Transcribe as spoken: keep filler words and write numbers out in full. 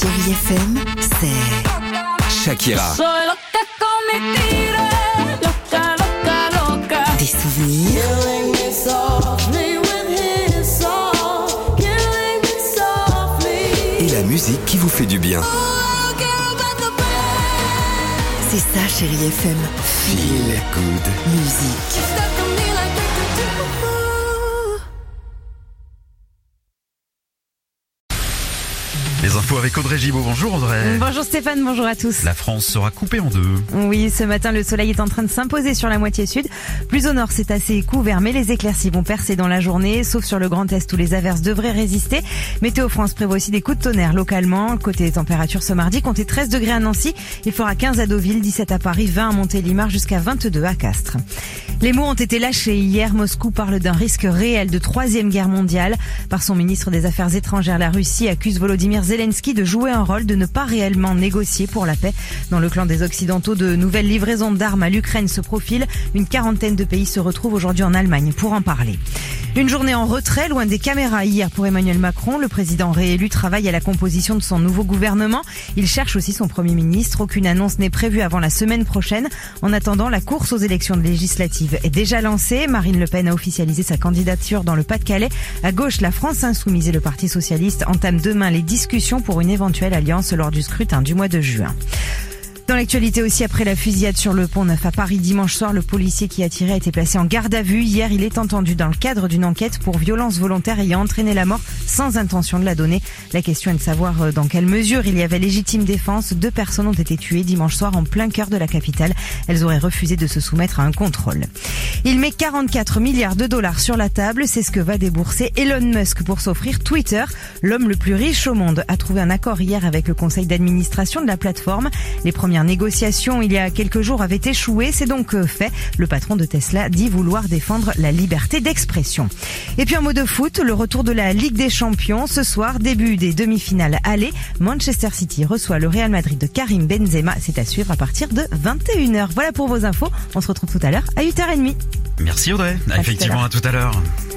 Chérie F M, c'est Shakira. Des souvenirs, Et la musique qui vous fait du bien. c'est ça Chérie F M. Feel good. Musique. Les infos avec Audrey Gibaud. Bonjour Audrey. Bonjour Stéphane, bonjour à tous. La France sera coupée en deux. Oui, ce matin, le soleil est en train de s'imposer sur la moitié sud. Plus au nord, c'est assez couvert, mais les éclaircies vont percer dans la journée, sauf sur le Grand Est où les averses devraient résister. Météo France prévoit aussi des coups de tonnerre localement. Côté température ce mardi, comptez treize degrés à Nancy. Il fera quinze à Deauville, dix-sept à Paris, vingt à Montélimar, jusqu'à vingt-deux à Castres. Les mots ont été lâchés. Hier, Moscou parle d'un risque réel de troisième guerre mondiale. Par son ministre des Affaires étrangères, la Russie accuse Volodymyr Zelensky de jouer un rôle, de ne pas réellement négocier pour la paix. Dans le clan des Occidentaux, de nouvelles livraisons d'armes à l'Ukraine se profilent. Une quarantaine de pays se retrouvent aujourd'hui en Allemagne pour en parler. Une journée en retrait, loin des caméras hier pour Emmanuel Macron. Le président réélu travaille à la composition de son nouveau gouvernement. Il cherche aussi son Premier ministre. Aucune annonce n'est prévue avant la semaine prochaine. En attendant, la course aux élections législatives est déjà lancée. Marine Le Pen a officialisé sa candidature dans le Pas-de-Calais. À gauche, la France Insoumise et le Parti Socialiste entament demain les discussions pour une éventuelle alliance lors du scrutin du mois de juin. Dans l'actualité aussi, après la fusillade sur le pont Neuf à Paris dimanche soir, le policier qui a tiré a été placé en garde à vue. Hier, il est entendu dans le cadre d'une enquête pour violence volontaire ayant entraîné la mort sans intention de la donner. La question est de savoir dans quelle mesure il y avait légitime défense. Deux personnes ont été tuées dimanche soir en plein cœur de la capitale. Elles auraient refusé de se soumettre à un contrôle. Il met quarante-quatre milliards de dollars sur la table. C'est ce que va débourser Elon Musk pour s'offrir Twitter. L'homme le plus riche au monde a trouvé un accord hier avec le conseil d'administration de la plateforme. Les premières négociations il y a quelques jours avaient échoué. C'est donc fait. Le patron de Tesla dit vouloir défendre la liberté d'expression. Et puis en mot de foot, le retour de la Ligue des Champions. Ce soir, début des demi-finales aller. Manchester City reçoit le Real Madrid de Karim Benzema. C'est à suivre à partir de vingt et une heures. Voilà pour vos infos. On se retrouve tout à l'heure à huit heures trente. Merci Audrey. À Effectivement, tout à l'heure. à tout à l'heure.